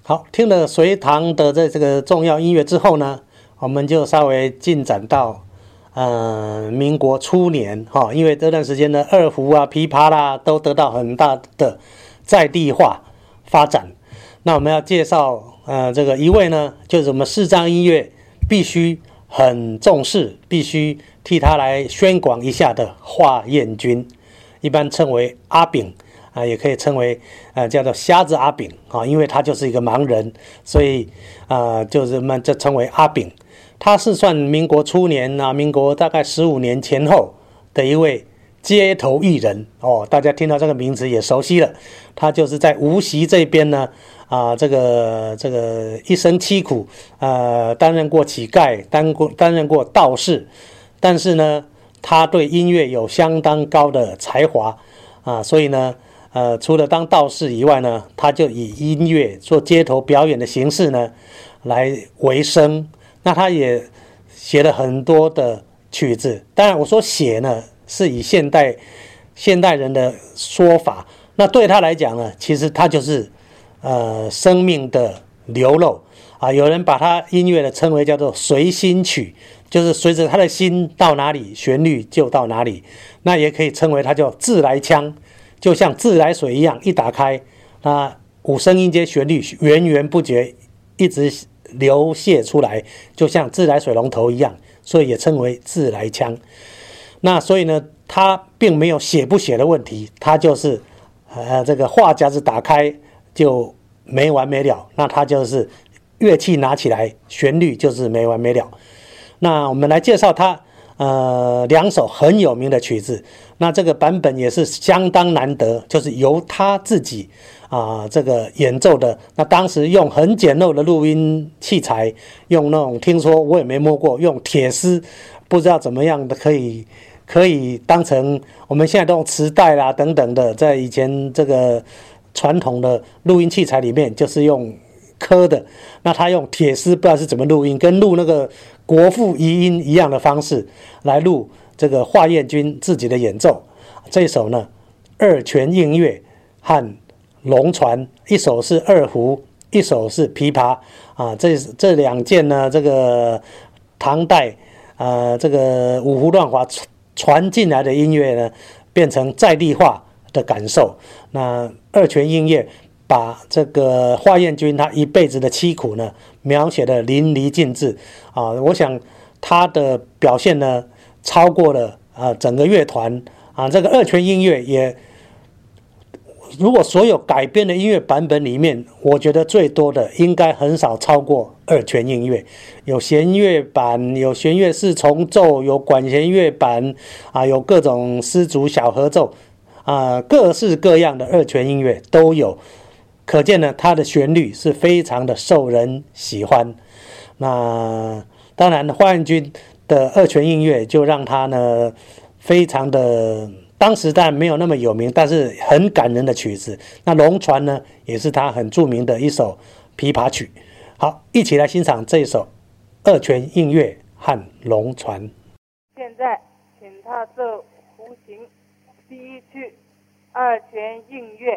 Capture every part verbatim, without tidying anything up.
好，听了隋唐的这这个重要音乐之后呢，我们就稍微进展到呃民国初年哈、哦，因为这段时间呢，二胡啊、琵琶啦都得到很大的在地化发展。那我们要介绍呃这个一位呢，就是我们视障音乐必须很重视，必须替他来宣广一下的华彦钧，一般称为阿炳。啊，也可以称为呃叫做瞎子阿炳啊，因为他就是一个盲人，所以啊、呃、就是我们就称为阿炳。他是算民国初年啊，民国大概十五年前后的一位街头艺人哦，大家听到这个名字也熟悉了。他就是在无锡这边呢啊、呃，这个这个一生凄苦，呃，担任过乞丐，担过担任过道士，但是呢，他对音乐有相当高的才华啊，所以呢。呃，除了当道士以外呢，他就以音乐做街头表演的形式呢来为生。那他也写了很多的曲子，当然我说写呢是以现代现代人的说法，那对他来讲呢，其实他就是呃生命的流露啊。有人把他音乐的称为叫做随心曲，就是随着他的心到哪里，旋律就到哪里。那也可以称为他叫自来腔。就像自来水一样，一打开，那五声音阶旋律源源不绝，一直流泻出来，就像自来水龙头一样，所以也称为自来腔。那所以呢，他并没有写不写的问题，他就是呃这个话匣子打开就没完没了，那他就是乐器拿起来，旋律就是没完没了。那我们来介绍他。呃，两首很有名的曲子，那这个版本也是相当难得，就是由他自己啊、呃、这个演奏的。那当时用很简陋的录音器材，用那种听说我也没摸过，用铁丝，不知道怎么样的可以可以当成我们现在都用磁带啦等等的，在以前这个传统的录音器材里面，就是用刻的。那他用铁丝，不知道是怎么录音，跟录那个。国父遗音一样的方式来录这个华彦钧自己的演奏。这一首呢，二泉映月和龙船，一首是二胡，一首是琵琶啊。这这两件呢，这个唐代呃这个五胡乱华传进来的音乐呢，变成在地化的感受。那二泉映月把这个华彦钧他一辈子的凄苦呢，描写的淋漓尽致啊！我想他的表现呢，超过了啊整个乐团啊。这个二泉映月也，如果所有改编的音乐版本里面，我觉得最多的应该很少超过二泉映月。有弦乐版，有弦乐四重奏，有管弦乐版啊，有各种丝竹小合奏啊，各式各样的二泉映月都有。可见呢，它的旋律是非常的受人喜欢。那当然，华彦钧的二泉映月就让他呢非常的，当时当然没有那么有名，但是很感人的曲子。那龙船呢，也是他很著名的一首琵琶曲。好，一起来欣赏这一首二泉映月和龙船。 现在，请踏奏胡琴第一曲二泉映月。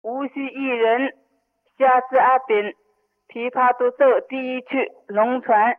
无需一人，下次阿扁，琵琶独奏第一曲，龙船。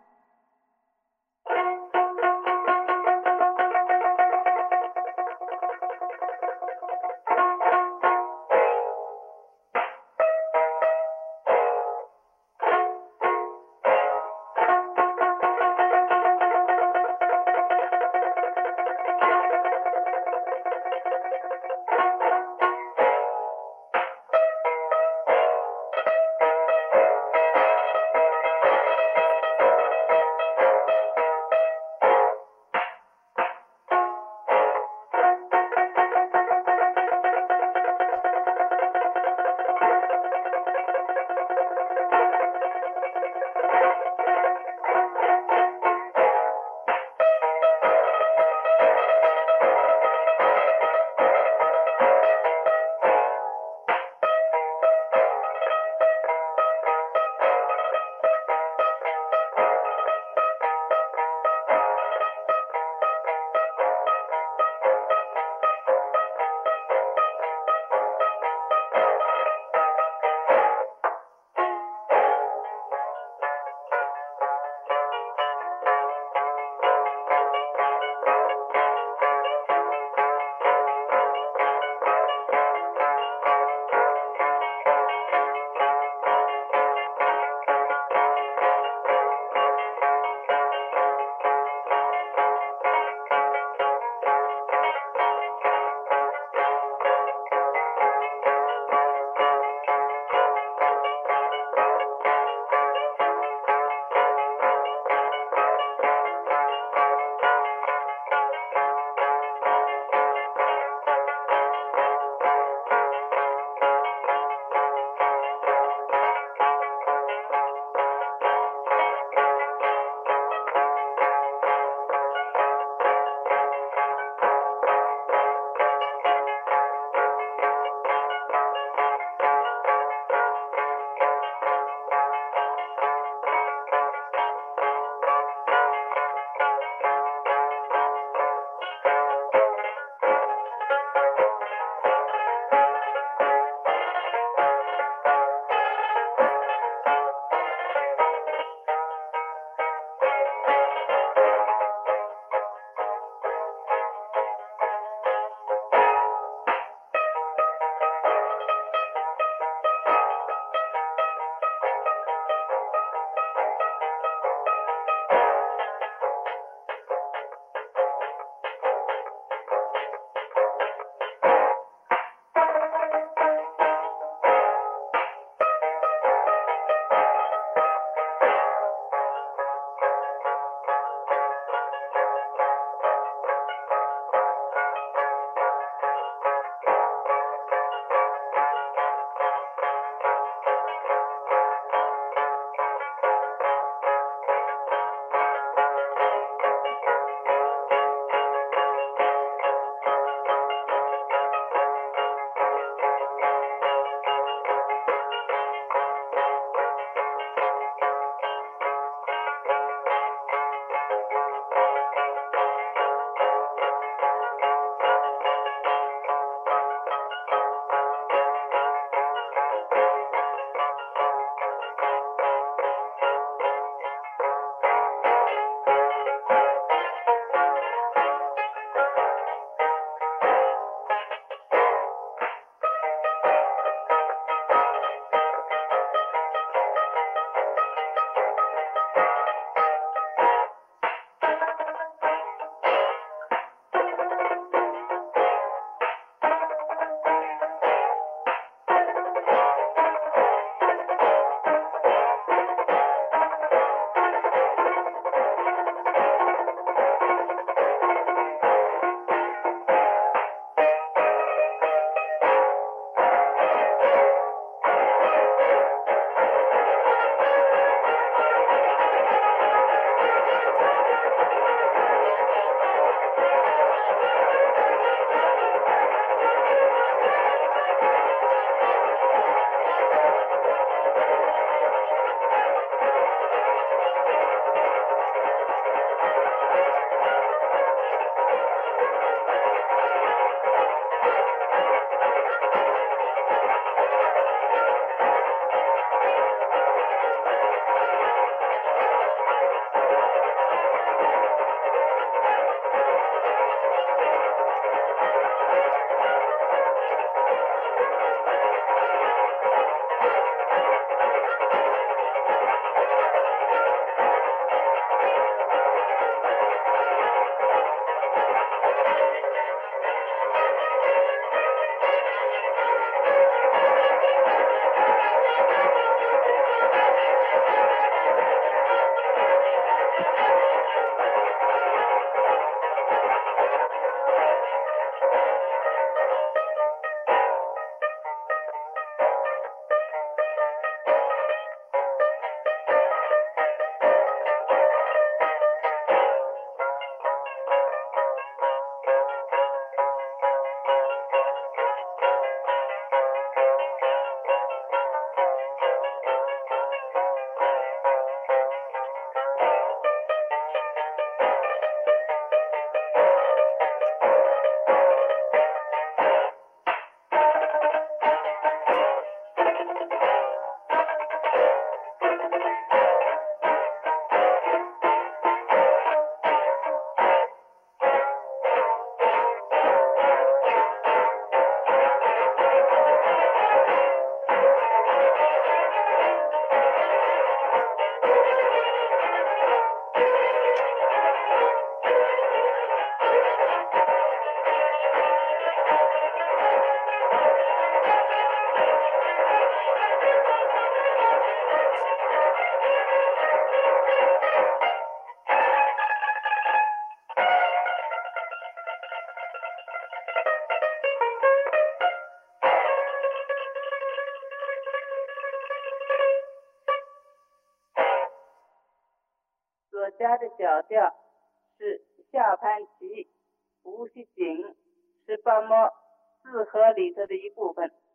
加的小调是下盘棋、无锡景，是半摸四合里头的一部分。